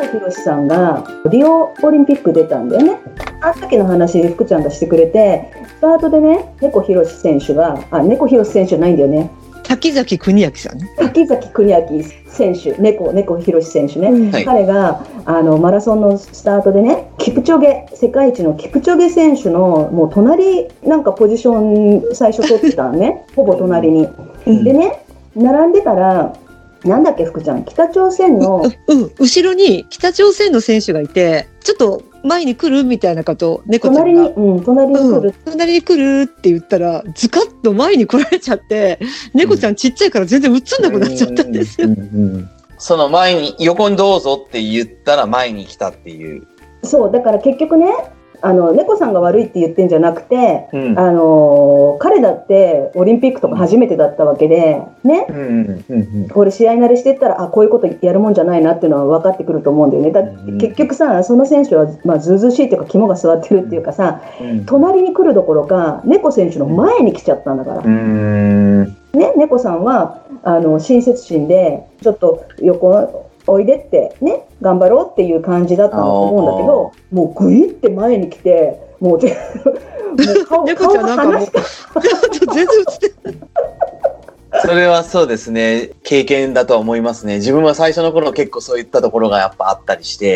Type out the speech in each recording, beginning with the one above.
宏さんがリオオリンピック出たんだよね。あの時の話福ちゃんがしてくれて、スタートでね、猫ひろし選手が猫ひろし選手じゃないんだよね、 滝崎邦明さんね。 滝崎邦明選手、猫ひろし選手ね、 はい、 彼がマラソンのスタートでね、世界一のキプチョゲ選手のもう隣なんかポジション最初取ってたのねほぼ隣に、でね、並んでたらなんだっけ福ちゃん、北朝鮮の、 後ろに北朝鮮の選手がいて、ちょっと前に来るみたいなこと猫ちゃんが隣に来るって言ったらズカッと前に来られちゃって、猫ちゃんちっちゃいから全然映んなくなっちゃったんですよ。 その前に横にどうぞって言ったら前に来たっていう。 そうだから結局ね、猫さんが悪いって言ってんじゃなくて、彼だってオリンピックとか初めてだったわけでね、これ試合慣れしてったらこういうことやるもんじゃないなっていうのは分かってくると思うんだよね。だって結局さ、その選手はずうずうしいっていうか肝が据わってるっていうかさ、隣に来るどころか猫選手の前に来ちゃったんだから、ね、猫さんは親切心でちょっと横おいでってね、頑張ろうっていう感じだったと思うんだけど、もうグイって前に来て、もう顔が離して全然映ってない。 それはそうですね、経験だとは思いますね。自分は最初の頃結構そういったところがやっぱあったりして、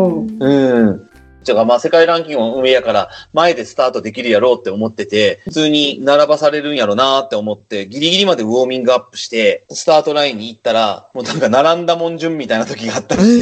世界ランキングの上やから前でスタートできるやろうって思ってて、普通に並ばされるんやろなって思ってギリギリまでウォーミングアップしてスタートラインに行ったら、もうなんか並んだもん順みたいな時があったりして、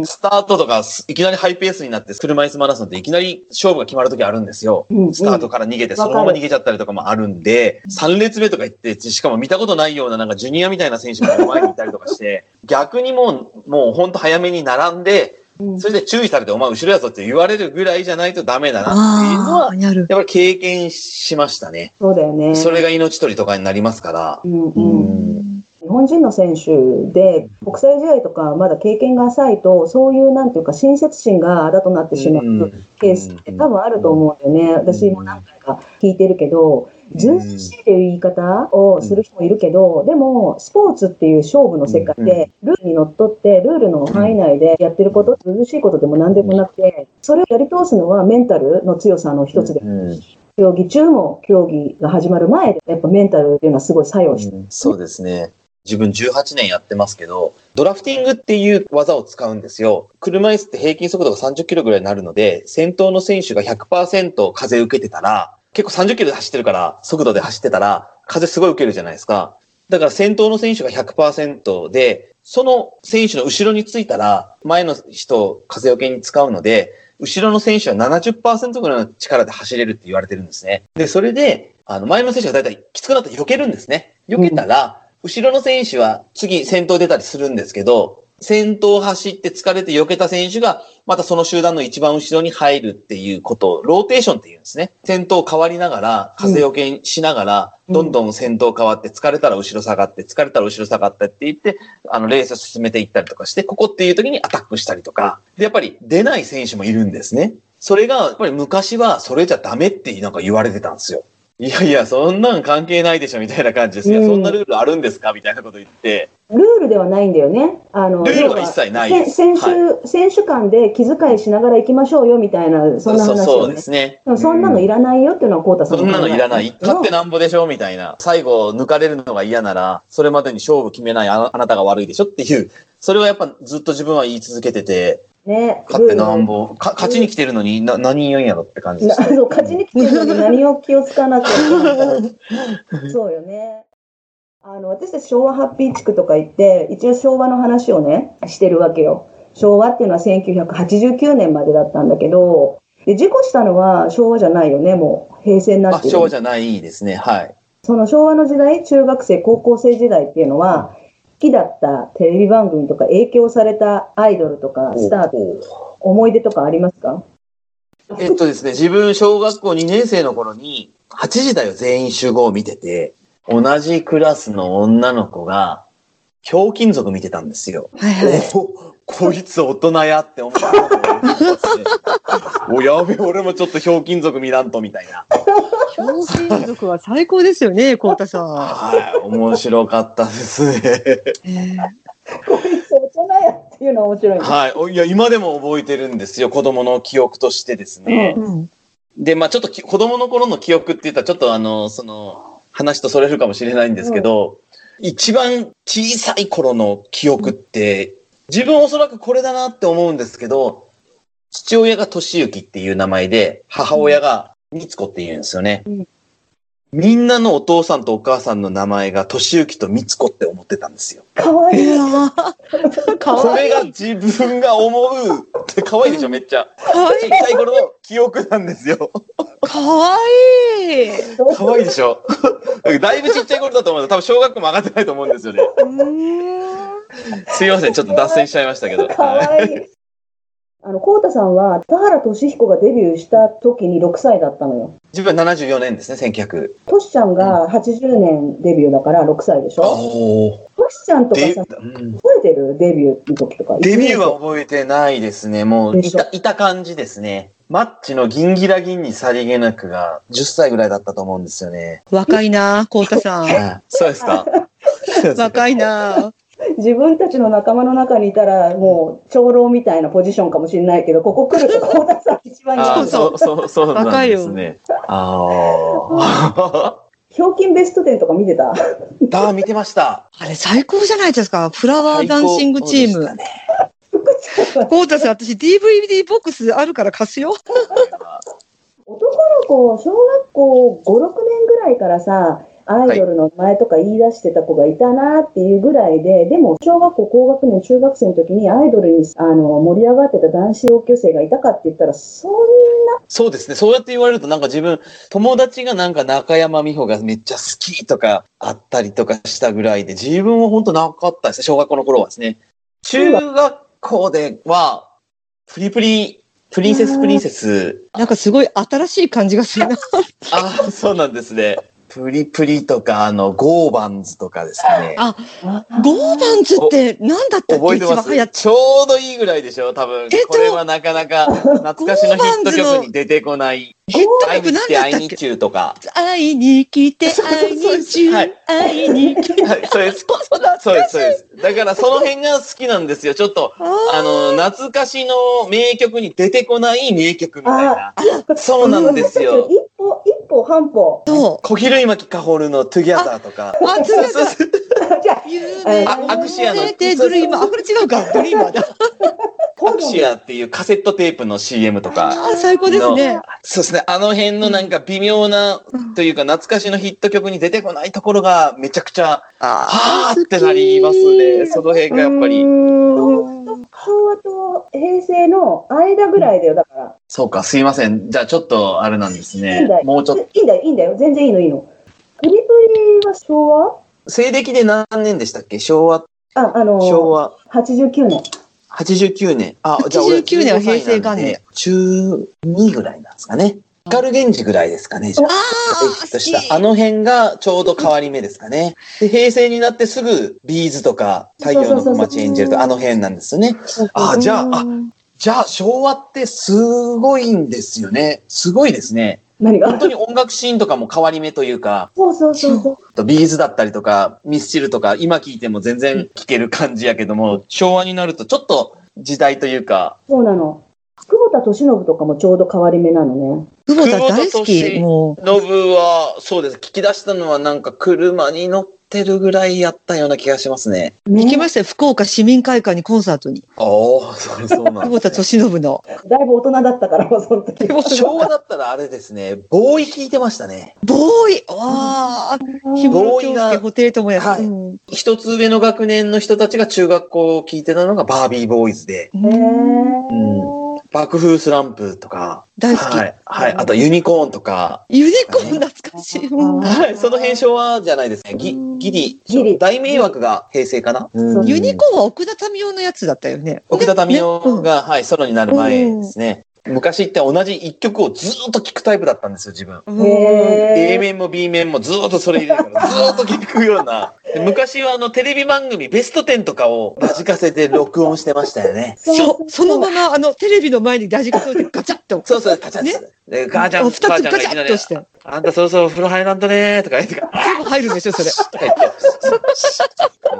スタートとかいきなりハイペースになって、車椅子マラソンっていきなり勝負が決まる時あるんですよ。スタートから逃げてそのまま逃げちゃったりとかもあるんで、3列目とか行って、しかも見たことないようななんかジュニアみたいな選手が前にいたりとかして逆にもうほんと早めに並んで、それで注意されてお前後ろやぞって言われるぐらいじゃないとダメだなっていうのはやっぱり経験しましたね。 そうだよね。 それが命取りとかになりますから、 日本人の選手で国際試合とかまだ経験が浅いと、そういうなんていうか親切心があだとなってしまうケースって多分あると思うんだよね。私も何回か聞いてるけど、ずうずうしいという言い方をする人もいるけど、でもスポーツっていう勝負の世界でルールにのっとってルールの範囲内でやってること、ずうずうしいことでも何でもなくて、それをやり通すのはメンタルの強さの一つで、競技中も競技が始まる前でやっぱメンタルっていうのはすごい作用してる。 そうですね。自分18年やってますけど、ドラフティングっていう技を使うんですよ。車椅子って平均速度が30キロぐらいになるので、先頭の選手が 100% 風受けてたら、結構30キロで走ってるから、速度で走ってたら、風すごい受けるじゃないですか。だから先頭の選手が 100% で、その選手の後ろについたら、前の人を風受けに使うので、後ろの選手は 70% ぐらいの力で走れるって言われてるんですね。で、それで、前の選手がだいたいきつくなって避けるんですね。避けたら、後ろの選手は次先頭出たりするんですけど、先頭走って疲れて避けた選手がまたその集団の一番後ろに入るっていうことをローテーションって言うんですね。先頭変わりながら風よけしながらどんどん先頭変わって疲れたら後ろ下がって疲れたら後ろ下がってって言ってレースを進めていったりとかして、ここっていう時にアタックしたりとかで、やっぱり出ない選手もいるんですね。それがやっぱり昔はそれじゃダメってなんか言われてたんですよ。いやいや、そんなん関係ないでしょみたいな感じです。いや、そんなルールあるんですかみたいなこと言って。 ルールではないんだよね。 ルールは一切ないです。 選手間で気遣いしながら行きましょうよみたいな、そんな話をね。 そうですね。 そんなのいらないよっていうのはコウタさんの考え。 そんなのいらない。勝ってなんぼでしょみたいな。最後抜かれるのが嫌なら、それまでに勝負決めないあなたが悪いでしょっていう。それはやっぱずっと自分は言い続けてて。ね、勝ってなんぼ、勝ちに来てるのに何言うんやろって感じです、ね。 そう、勝ちに来てるのに何を気をつかなきゃいけないか。そうよね。私たち昭和ハッピー地区とか行って、一応昭和の話をね、してるわけよ。昭和っていうのは1989年までだったんだけど、で事故したのは昭和じゃないよね、もう平成になってる。 昭和じゃないですね、はい。 その昭和の時代、中学生、高校生時代っていうのは、好きだったテレビ番組とか影響されたアイドルとかスターと思い出とかありますか？ ですね、自分小学校2年生の頃に8時だよ全員集合を見てて、同じクラスの女の子がひょうきん族見てたんですよ。はいはい、こいつ大人やって思っておやべ、俺もちょっとひょうきん族見らんとみたいな。 ひょうきん族は最高ですよね、コウタさん。 はい、面白かったですね。 こいつ大人やっていうのは面白い。 はい。いや、今でも覚えてるんですよ。子供の記憶としてですね。で、まあちょっと子供の頃の記憶って言ったら、ちょっとその、話とそれるかもしれないんですけど、一番小さい頃の記憶って、自分おそらくこれだなって思うんですけど、父親が俊之っていう名前で、母親が光子って言うんですよね。みんなのお父さんとお母さんの名前が俊之と光子って思ってたんですよ。 かわいい。 これが自分が思うって可愛いでしょ、めっちゃ。ちっちゃい頃の記憶なんですよ。 かわいい。 可愛いでしょ。だいぶちっちゃい頃だと思うので、多分小学校も上がってないと思うんですよね。すいません、ちょっと脱線しちゃいましたけど。 かわいい。こうたさんは田原俊彦がデビューした時に6歳だったのよ。 自分は74年ですね、1900。 トシちゃんが80年デビューだから6歳でしょ。トシちゃんとかさ、覚えてるデビューの時とか。 デビューは覚えてないですね。もういた感じですね。マッチのギンギラギンにさりげなくが10歳ぐらいだったと思うんですよね。 若いな、こうたさん。 そうですか。 若いな。 自分たちの仲間の中にいたらもう長老みたいなポジションかもしれないけど、ここ来るとこうたさん一番いい。 そうなんですね。 ひょうきんベスト10とか見てた？ 見てました。 あれ最高じゃないですか。フラワーダンシングチーム。こうたさん、私 DVD ボックスあるから貸すよ。 男の子、小学校5、6年ぐらいからさ、アイドルの前とか言い出してた子がいたなっていうぐらいで、でも小学校高学年、中学生の時にアイドルに盛り上がってた男子同級生がいたかって言ったら、そんな。 そうですね。そうやって言われるとなんか自分、友達がなんか中山美穂がめっちゃ好きとかあったりとかしたぐらいで、自分は本当なかったですね。小学校の頃はですね。中学校では、プリンセス。 なんかすごい新しい感じがするな。 そうなんですね。プリプリとか、ゴーバンズとかですね。 ゴーバンズって何だったっけ？ 覚えてます？ちょうどいいぐらいでしょ多分。これはなかなか懐かしのヒット曲に出てこない。 ヒット曲なんだったっけ？ 会いに来て会いに中とか。 会いに来て会いに中。会いに来て。 はい、そうです。そうです。だからその辺が好きなんですよ。ちょっと、懐かしの名曲に出てこない名曲みたいな。そうなんですよ。 一歩半歩。 小比類巻かほるのトゥギャザーとか。 トゥギャザー。 アクシアの。 ドリーマー。これ違うか。ドリーマーだ。 アクシアっていうカセットテープの CM とか。 最高ですね。 そうですね。あの辺のなんか微妙なというか懐かしのヒット曲に出てこないところがめちゃくちゃ、ってなりますね。その辺がやっぱり。 昭和と平成の間ぐらいだよ、だから。 そうか、すいません。じゃあちょっとあれなんですね。もうちょっと。 いいんだよ。全然いいの。プリプリは昭和？ 西暦で何年でしたっけ？昭和。 昭和。89年。 89年。 じゃあ俺89年は平成元年。 中2ぐらいなんですかね。光源氏ぐらいですかね。あの辺がちょうど変わり目ですかね。で、平成になってすぐビーズとか太陽の小町エンジェルとあの辺なんですよね。じゃあ昭和ってすごいんですよね。すごいですね。本当に音楽シーンとかも変わり目というか。 そう。 ビーズだったりとか、ミスチルとか、今聞いても全然聴ける感じやけども、昭和になるとちょっと時代というか。 そうなの。久保田利伸とかもちょうど変わり目なのね。 久保田大好き。 もう。信は、そうです。聞き出したのはなんか車に乗ってるぐらいやったような気がしますね。 行きましたよ。福岡市民会館にコンサートに。 そうなんですね。 久保田利伸の。 だいぶ大人だったから、もうその時。 昭和だったらあれですね、ボーイ聞いてましたね。 ボーイボーイが、布袋寅泰。 一つ上の学年の人たちが中学校を聞いてたのがバービーボーイズで。爆風スランプとか。 大好き。 はい。あとユニコーンとか。 ユニコーン懐かしい。 はい。その辺昭和じゃないですね。ギリ。大迷惑が平成かな。 ユニコーンは奥田民生のやつだったよね。 奥田民生が、はい、ソロになる前ですね。昔って同じ一曲をずーっと聴くタイプだったんですよ、自分。A 面も B 面もずーっとそれ入れてからずーっと聴くような。昔はテレビ番組ベスト10とかをラジカセで録音してましたよね。 そのままテレビの前にラジカセでガチャッと。 そう、ガチャッと。で、母ちゃんがいきなり、あんたそろそろ風呂入らんとねーとか言って。 全部入るんでしょ、それ。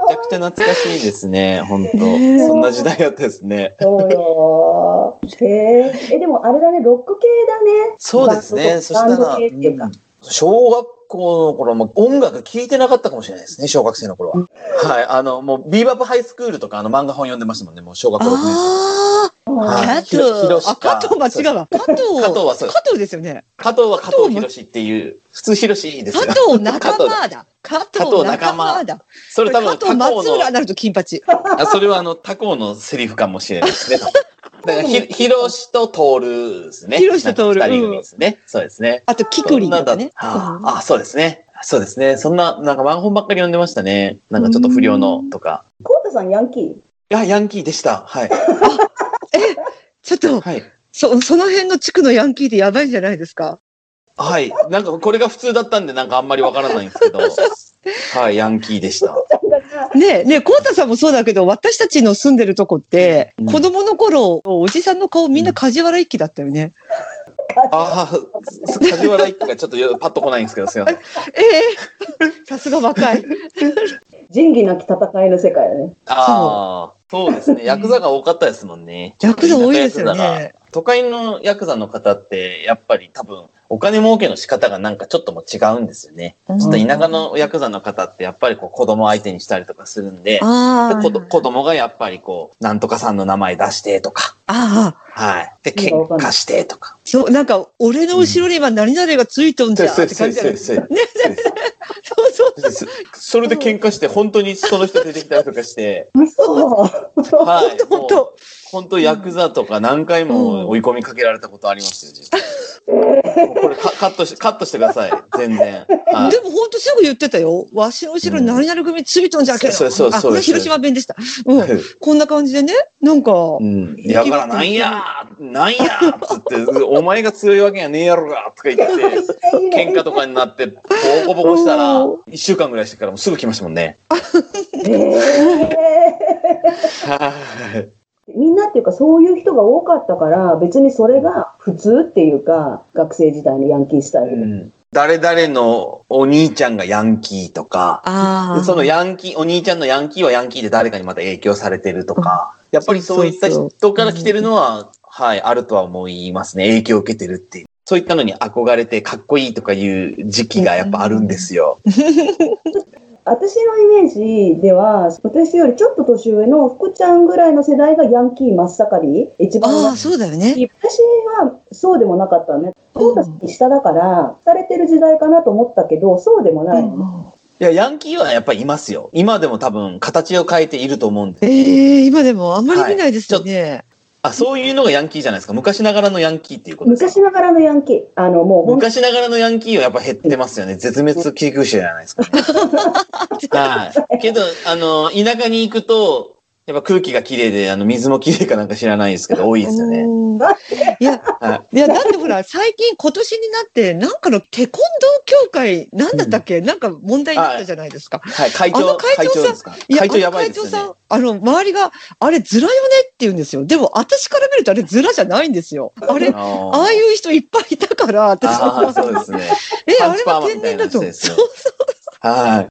ちゃくちゃ懐かしいですね。本当、そんな時代だったですね。 そうよ。でもあれだね、ロック系だね。 そうですね。そしたら、小学校の頃も音楽聴いてなかったかもしれないですね、小学生の頃は。はい。もう、ビーバップハイスクールとか漫画本読んでましたもんね、もう小学校6年生。 加藤間違うわ。加藤ですよね。 加藤は加藤博士っていう、普通博士ですよ。 加藤仲間だ。加藤仲間だ。 それ多分、 加藤松浦になると金八。 それは他校のセリフかもしれないですね。だから、ひろしとトールですね。 ひろしとトール。 二人組ですね。そうですね。 あと、キクリンとかね。 そうですね。そうですね。そんな、なんか漫本ばっかり読んでましたね。なんかちょっと不良のとか。 コウタさんヤンキー？ いや、ヤンキーでした。はい。 ちょっと、はい、その辺の地区のヤンキーってやばいんじゃないですか？ はい。なんかこれが普通だったんで、なんかあんまりわからないんですけど。はい、ヤンキーでした。 ねえ、コウタさんもそうだけど、私たちの住んでるとこって、子供の頃、おじさんの顔みんな梶原一騎だったよね。 ああ、梶原一騎がちょっとパッと来ないんですけど、すいません。 さすが若い。 仁義なき戦いの世界だね。 ああ、そうですね。ヤクザが多かったですもんね。 ヤクザ多いですよね。 都会のヤクザの方って、やっぱり多分、お金儲けの仕方がなんかちょっとも違うんですよね。ちょっと田舎のヤクザの方ってやっぱりこう子供相手にしたりとかするんで、子供がやっぱりこう、なんとかさんの名前出してとか、はい。で、喧嘩してとか。 そう、なんか、俺の後ろに今何々がついとんじゃって感じじゃないですか。そう。 それで喧嘩して、本当にその人出てきたりとかして、はい。本当ヤクザとか何回も追い込みかけられたことありますよ、実は。これカットしてください。全然。でも本当すぐ言ってたよ。わしの後ろに何々組ついとんじゃけど。あ、これ広島弁でした。こんな感じでね。なんか。 やからなんやつって、お前が強いわけやねえやろがとか言って、喧嘩とかになって、ボコボコしたら、1週間ぐらいしてからもうすぐ来ましたもんね。 みんなっていうかそういう人が多かったから別にそれが普通っていうか学生時代のヤンキースタイル、 誰々のお兄ちゃんがヤンキーとか、そのヤンキー、お兄ちゃんのヤンキーはヤンキーで誰かにまた影響されてるとか、やっぱりそういった人から来てるのは、はい、あるとは思いますね。影響を受けてるっていう。そういったのに憧れてかっこいいとかいう時期がやっぱあるんですよ。 私のイメージでは、私よりちょっと年上の福ちゃんぐらいの世代がヤンキー真っ盛り。一番。 そうだよね。 私はそうでもなかったね。コウタさん下だから、されてる時代かなと思ったけど、そうでもないのね。いや、ヤンキーはやっぱりいますよ。今でも多分形を変えていると思うんで。 今でもあんまり見ないですよね。 そういうのがヤンキーじゃないですか。昔ながらのヤンキーっていうことですか。 昔ながらのヤンキー。もう昔ながらのヤンキーはやっぱ減ってますよね。絶滅危惧種じゃないですか。はい。けど、田舎に行くと、やっぱ空気がきれいで、水もきれいかなんか知らないですけど、多いですよね。 いや、だってほら、最近今年になって、なんかのテコンドー協会、なんだったっけ、なんか問題になったじゃないですか。 はい、会長ですか。会長やばいですよね。 会長さん、周りが、あれずらよねって言うんですよ。でも、私から見るとあれずらじゃないんですよ。ああいう人いっぱいいたから、私は。 そうですね。 あれは天然だと。そう。 はい。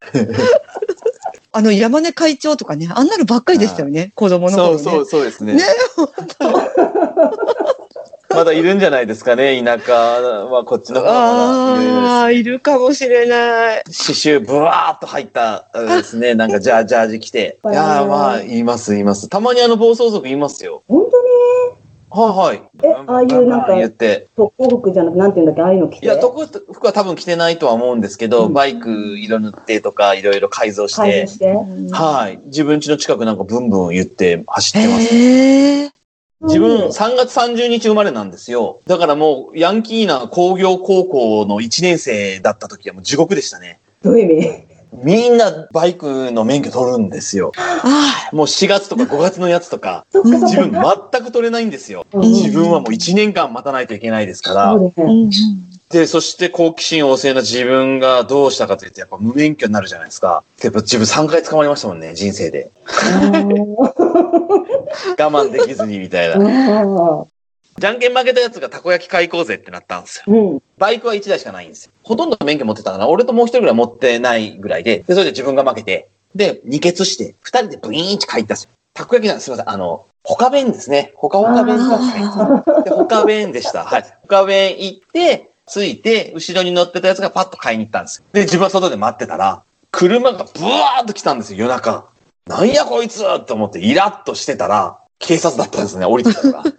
山根会長とかね、あんなのばっかりでしたよね、子供の頃ね。 そうですね。ね、まだいるんじゃないですかね、田舎はこっちの方がいるかもしれない。 刺繍ブワーっと入ったですね、なんかジャージ着て。いやまあ、います。たまに暴走族いますよ。 本当に？ はい。 ああいうなんか、特攻服じゃなくなんていうんだっけ、ああいうの着て。 いや、特攻服は多分着てないとは思うんですけど、バイク色塗ってとか、いろいろ改造して。はい。自分家の近くなんかブンブン言って走ってます。自分3月30日生まれなんですよ。だからもう、ヤンキーな工業高校の1年生だった時はもう地獄でしたね。 どういう意味？ みんなバイクの免許取るんですよ。もう4月とか5月のやつとか、自分全く取れないんですよ。自分はもう1年間待たないといけないですから。で、そして好奇心旺盛な自分がどうしたかというと、やっぱ無免許になるじゃないですか。やっぱ自分3回捕まりましたもんね、人生で。我慢できずにみたいな。じゃんけん負けたやつがたこ焼き買い行こうぜってなったんですよ。バイクは1台しかないんですよ。ほとんど免許持ってたかな。俺ともう一人ぐらい持ってないぐらいで、それで自分が負けて、 で、二血して、二人でブイーンって帰ったんですよ。たこ焼きなんです。すみません。ほか弁ですね。ほか弁でほか弁でした。はい。ほか弁行って、着いて、後ろに乗ってたやつがパッと買いに行ったんですよ。で、自分は外で待ってたら、車がブワーッと来たんですよ、夜中。なんやこいつと思ってイラッとしてたら、警察だったんですね、降りてきたから。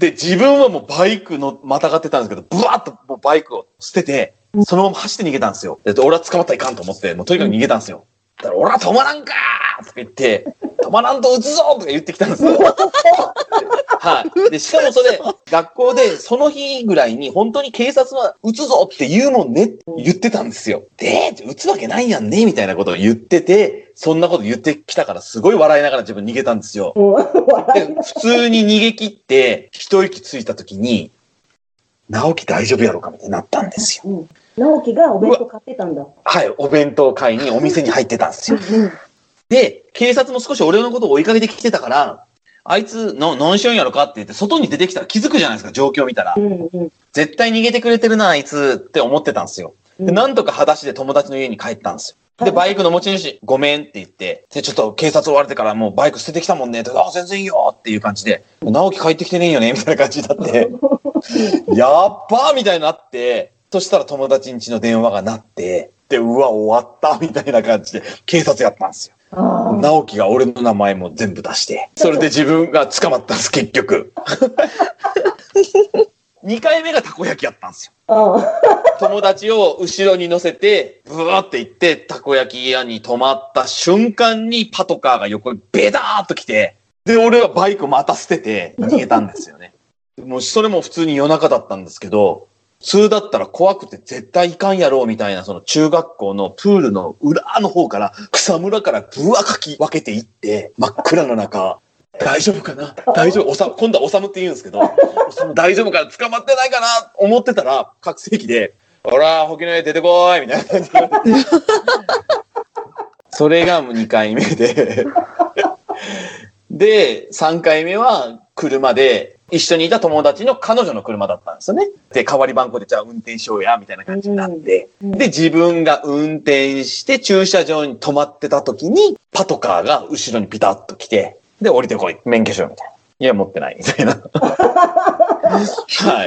で、自分はもうバイクのまたがってたんですけど、ブワーッともうバイクを捨てて、そのまま走って逃げたんですよ。で、俺は捕まったらいかんと思って、もうとにかく逃げたんですよ。だから俺は止まらんかーとか言って、止まらんと撃つぞとか言ってきたんですよ。はい。で、しかもそれ、学校でその日ぐらいに本当に警察は撃つぞって言うもんねって言ってたんですよ。で、撃つわけないやんねみたいなことを言ってて、そんなこと言ってきたからすごい笑いながら自分逃げたんですよ。で、普通に逃げ切って一息ついた時に、直樹大丈夫やろかみたいになったんですよ。 直樹がお弁当買ってたんだ。 はい、お弁当買いにお店に入ってたんですよ。で、警察も少し俺のことを追いかけてきてたから、あいつ何しよんやろかって言って外に出てきたら気づくじゃないですか、状況を見たら。絶対逃げてくれてるな、あいつって思ってたんですよ。で、なんとか裸足で友達の家に帰ったんですよ。で、バイクの持ち主、ごめんって言って、で、ちょっと警察追われてからもうバイク捨ててきたもんねって、あ、全然いいよっていう感じで、直樹帰ってきてねえよねみたいな感じになって、やっばーみたいになって、そしたら友達ん家の電話が鳴って、で、うわ、終わったみたいな感じで、警察やったんですよ。直樹が俺の名前も全部出して、それで自分が捕まったんです、結局。2回目がたこ焼きやったんですよ。友達を後ろに乗せて、ブワーって行って、たこ焼き屋に止まった瞬間にパトカーが横にベターっと来て、で、俺はバイクまた捨てて逃げたんですよね。もうそれも普通に夜中だったんですけど、普通だったら怖くて絶対いかんやろうみたいな、その中学校のプールの裏の方から草むらからブワーかき分けていって、真っ暗の中、大丈夫かな大丈夫今度はおさむって言うんですけど、大丈夫かな捕まってないかな思ってたら、拡声器で、ほら、ほきの家出てこーいみたいな感じで。それがもう2回目で。で、3回目は車で、一緒にいた友達の彼女の車だったんですよね。で、代わり番号でじゃあ運転しようや、みたいな感じになって。で、自分が運転して駐車場に止まってた時に、パトカーが後ろにピタッと来て、で、降りてこい。免許証みたいな。いや、持ってない。みたいな。はい。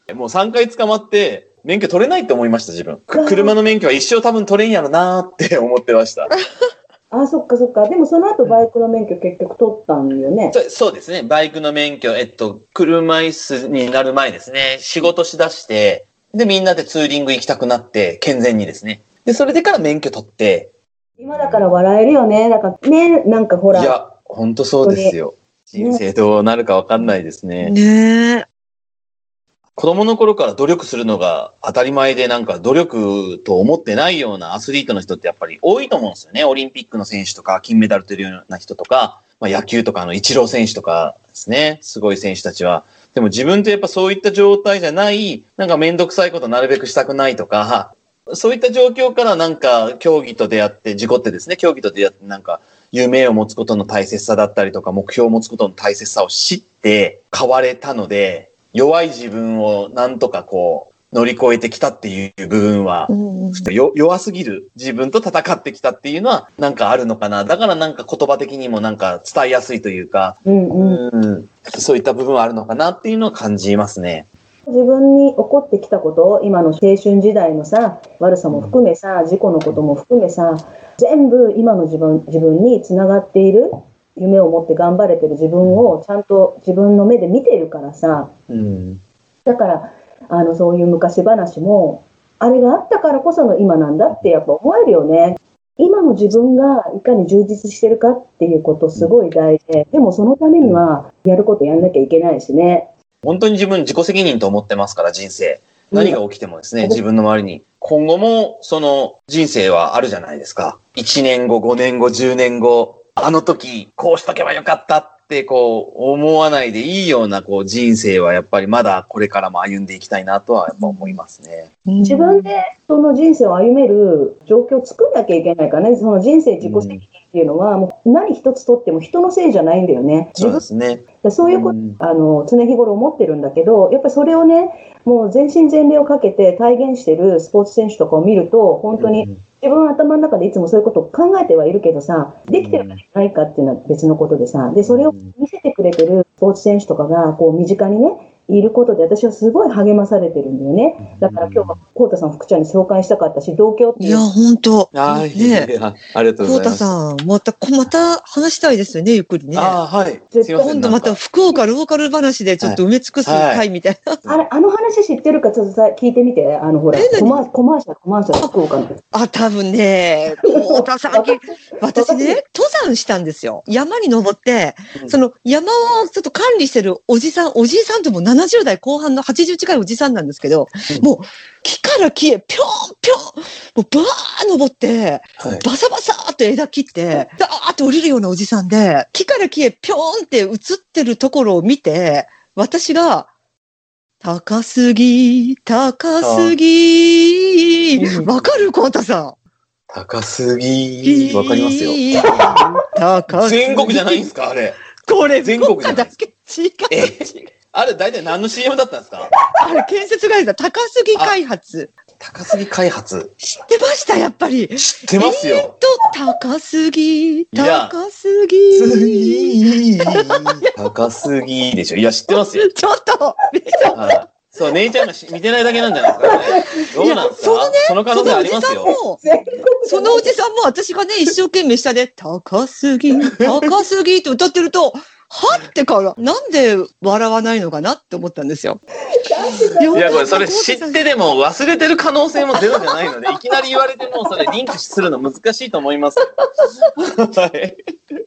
もう3回捕まって、免許取れないって思いました、自分。車の免許は一生多分取れんやろなーって思ってました。 あ、そっかそっか。でもその後バイクの免許結局取ったんよね。 そうですね。バイクの免許、車椅子になる前ですね。仕事しだして、で、みんなでツーリング行きたくなって、健全にですね。で、それでから免許取って。 今だから笑えるよね。なんかね、なんかほら。 いや、ほんとそうですよ。人生どうなるかわかんないですね。 ねえ。 子供の頃から努力するのが当たり前で、なんか努力と思ってないようなアスリートの人ってやっぱり多いと思うんですよね。オリンピックの選手とか、金メダル取るような人とか、まあ、野球とかイチロー選手とかですね。すごい選手たちは。でも自分ってやっぱそういった状態じゃない、なんかめんどくさいことなるべくしたくないとか、そういった状況からなんか競技と出会って、事故ってですね、競技と出会ってなんか夢を持つことの大切さだったりとか、目標を持つことの大切さを知って変われたので、弱い自分をなんとかこう乗り越えてきたっていう部分は、弱すぎる自分と戦ってきたっていうのはなんかあるのかな。だからなんか言葉的にもなんか伝えやすいというか、そういった部分はあるのかなっていうのを感じますね。 自分に起こってきたこと、今の青春時代のさ、悪さも含めさ、事故のことも含めさ、全部今の自分につながっている。夢を持って頑張れてる自分をちゃんと自分の目で見ているからさ、だからそういう昔話もあれがあったからこその今なんだってやっぱ思えるよね。今の自分がいかに充実してるかっていうことすごい大事で、でもそのためにはやることやんなきゃいけないしね。 本当に自分自己責任と思ってますから、人生何が起きてもですね、自分の周りに今後もその人生はあるじゃないですか。1年後5年後10年後、あの時こうしとけばよかったってこう思わないでいいようなこう人生はやっぱりまだこれからも歩んでいきたいなとはやっぱ思いますね。 自分でその人生を歩める状況を作んなきゃいけないからね。その人生自己責任ってっていうのは、もう何一つとっても人のせいじゃないんだよね。 そうですね。 そういうこと、常日頃思ってるんだけど、やっぱりそれをね、もう全身全霊をかけて体現してるスポーツ選手とかを見ると、本当に自分は頭の中でいつもそういうことを考えてはいるけどさ、できてるかないかっていうのは別のことでさ、で、それを見せてくれてるスポーツ選手とかが、こう、身近にね、いることで私はすごい励まされてるんだよね。だから今日はコウタさん福ちゃんに紹介したかったし、同郷っていう。 いや、本当。 ね、ありがとうございます。 コウタさん、また話したいですよね、ゆっくりね。 はい。 今度また福岡ローカル話でちょっと埋め尽くす回みたいな。 あの話知ってるかちょっと聞いてみて。ほら、コマーシャル、福岡の。 多分ね、コウタさん、私ね、登山したんですよ。山に登って、その山をちょっと管理してるおじさんとも70代後半の80近いおじさんなんですけど、もう木から木へぴょんぴょん、もうバー登って、バサバサーっと枝切って、ダーって降りるようなおじさんで、木から木へぴょんって映ってるところを見て、私が、高すぎ、高すぎ、わかるコウタさん。 高すぎ、わかりますよ。 高すぎ。 全国じゃないんですか、あれ。 これ、全国じゃだけ違う。 あれ、大体何の CM だったんですか？ あれ、建設会社、高杉開発。 高杉開発。 知ってました、やっぱり。 知ってますよ。 高杉、高杉。 高杉でしょ。いや、知ってますよ。 ちょっと、 そう、姉ちゃんが見てないだけなんじゃないですかね。どうなんですか？その可能性ありますよ。 そのおじさんも私がね、一生懸命下で、高杉って歌ってると、はってから、なんで笑わないのかなって思ったんですよ。 いや、これ、それ知ってでも忘れてる可能性もゼロじゃないので、いきなり言われても、それリンクするの難しいと思います。はい。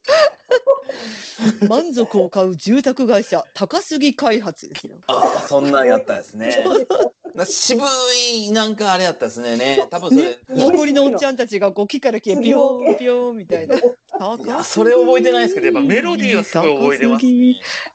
満足を買う住宅会社、高杉開発ですよ。 あ、そんなんやったですね。渋い、なんかあれやったですね。多分それ。 残りのおっちゃんたちがこう木から木へピヨーンピヨーンみたいな。いや、それ覚えてないですけど、やっぱメロディーはすごい覚えてますね。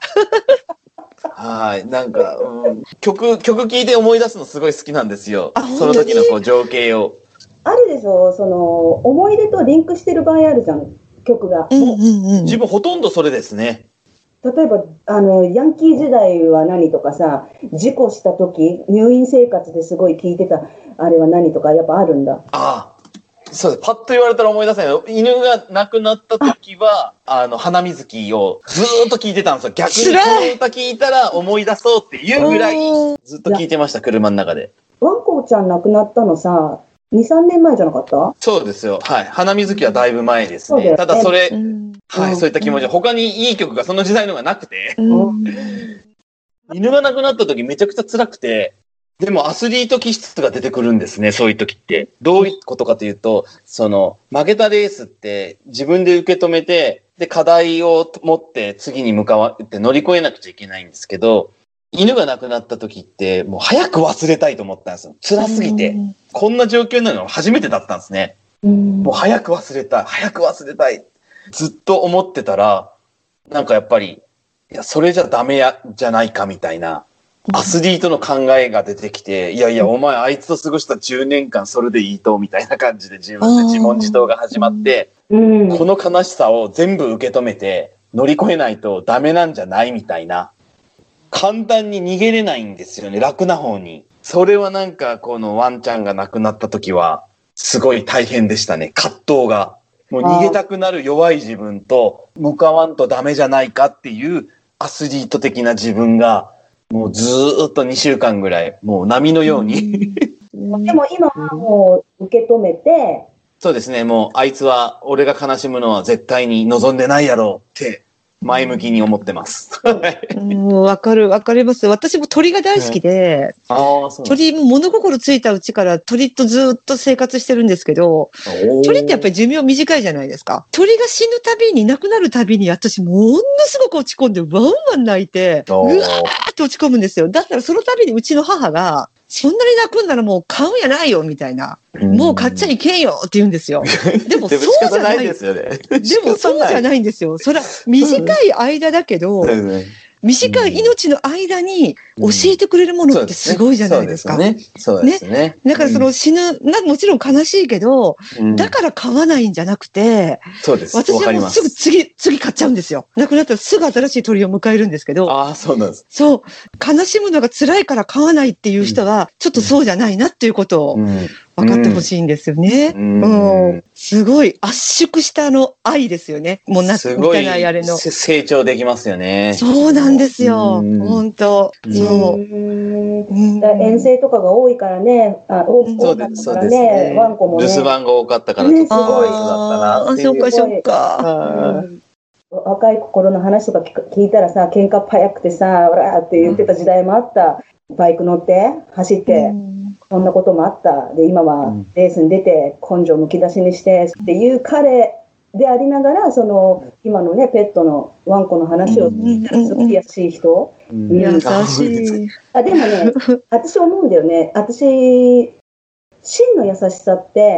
はい。なんか、曲聴いて思い出すのすごい好きなんですよ。その時のこう情景を。 あるでしょ、その、思い出とリンクしてる場合あるじゃん、曲が。 自分ほとんどそれですね。 例えば、ヤンキー時代は何とかさ、事故した時、入院生活ですごい聴いてた、あれは何とか、やっぱあるんだ。 そうです。パッと言われたら思い出せない。犬が亡くなった時は、花水木をずーっと聞いてたんですよ。逆にこの歌聞いたら思い出そうっていうぐらい、ずっと聞いてました、車の中で。 ワンコちゃん亡くなったのさ、2、3年前じゃなかった？ そうですよ。はい。花水木はだいぶ前ですね。ただそれ、はい、そういった気持ち。他にいい曲がその時代のがなくて。犬が亡くなった時めちゃくちゃ辛くて、でもアスリート気質が出てくるんですね、そういう時って。どういうことかというと、負けたレースって自分で受け止めて、で、課題を持って次に向かって乗り越えなくちゃいけないんですけど、犬が亡くなった時ってもう早く忘れたいと思ったんですよ。辛すぎて。こんな状況になるの初めてだったんですね。もう早く忘れたい。ずっと思ってたら、なんかやっぱり、いや、それじゃダメじゃないかみたいな。アスリートの考えが出てきて、いや、お前あいつと過ごした10年間それでいいと、みたいな感じで自分で自問自答が始まって、この悲しさを全部受け止めて乗り越えないとダメなんじゃないみたいな。簡単に逃げれないんですよね、楽な方に。それはなんかこのワンちゃんが亡くなった時は、すごい大変でしたね、葛藤が。もう逃げたくなる弱い自分と、向かわんとダメじゃないかっていうアスリート的な自分が、もうずーっと2週間ぐらい、もう波のように。でも今はもう受け止めて。 そうですね、もうあいつは俺が悲しむのは絶対に望んでないやろうって前向きに思ってます。 わかります。私も鳥が大好きで、鳥も物心ついたうちから鳥とずっと生活してるんですけど、鳥ってやっぱり寿命短いじゃないですか。鳥が死ぬたびに、亡くなるたびに、私ものすごく落ち込んで、ワンワン泣いて、うわーって落ち込むんですよ。だったらそのたびにうちの母が、そんなに泣くんならもう買うんやないよ、みたいな。もう買っちゃいけんよって言うんですよ。でもそうじゃない。 ですよね。 でもそうじゃないんですよ。それは短い間だけど、 短い命の間に教えてくれるものってすごいじゃないですか。 そうですね。 だから死ぬ、もちろん悲しいけど、だから買わないんじゃなくて、 そうです。 私はもうすぐ次買っちゃうんですよ。亡くなったらすぐ新しい鳥を迎えるんですけど。 ああ、そうなんです。 そう。悲しむのが辛いから買わないっていう人は、ちょっとそうじゃないなっていうことを分かってほしいんですよね。すごい圧縮した愛ですよね。もうすごい成長できますよね。 そうなんですよ。本当。そう。 遠征とかが多いからね、多かったからね、ワンコもね。 留守番が多かったからちょっとかわいそうだったなっていう。 そっか。 若い頃の話とか聞いたらさ、喧嘩早くてさ、オラーって言ってた時代もあった。バイク乗って走って、そんなこともあった。で、今はレースに出て根性むき出しにしてっていう彼でありながら、今のね、ペットのワンコの話を聞いたらすごい優しい人。 優しい。 でもね、私思うんだよね。真の優しさ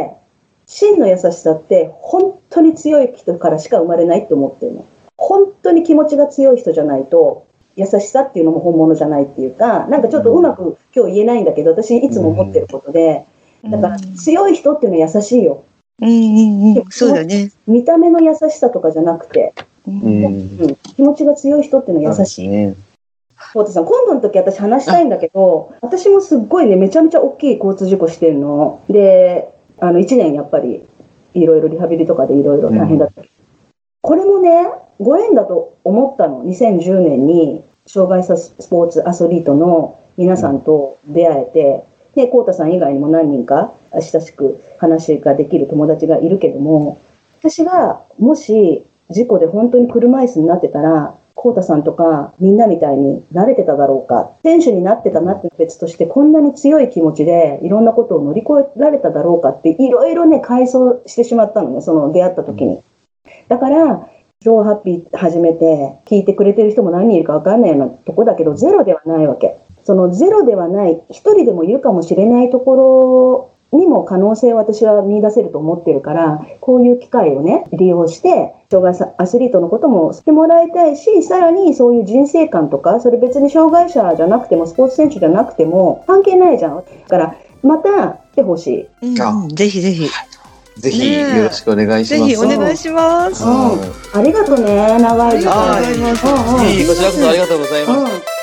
って本当に強い人からしか生まれないって思ってるの。本当に気持ちが強い人じゃないと優しさっていうのも本物じゃないっていうか、なんかちょっとうまく今日言えないんだけど、私いつも思ってることで、だから強い人っていうのは優しいよ。 そうだね。 見た目の優しさとかじゃなくて、気持ちが強い人っていうのは優しい。浩太さん、今度の時私話したいんだけど、私もすっごいね、めちゃめちゃ大きい交通事故してるの。で、1年やっぱりいろいろリハビリとかでいろいろ大変だった。これもね、ご縁だと思ったの。2010年に障害者スポーツアスリートの皆さんと出会えて、で、浩太さん以外にも何人か親しく話ができる友達がいるけども、私がもし事故で本当に車椅子になってたら、浩太さんとかみんなみたいに慣れてただろうか、選手になってたなって別として、こんなに強い気持ちでいろんなことを乗り越えられただろうかっていろいろね、回想してしまったのね、出会った時に。だから、超ハッピー始めて聞いてくれてる人も何人いるか分かんないようなとこだけど、ゼロではないわけ。ゼロではない、一人でもいるかもしれないところにも可能性を私は見出せると思ってるから、こういう機会をね、利用して、障害者アスリートのことも知ってもらいたいし、さらにそういう人生観とか、それ別に障害者じゃなくても、スポーツ選手じゃなくても、関係ないじゃん。だから、また来てほしい。 ぜひぜひ。 ぜひよろしくお願いします。 ぜひお願いします。 ありがとうね、長い時間。 こちらこそありがとうございます。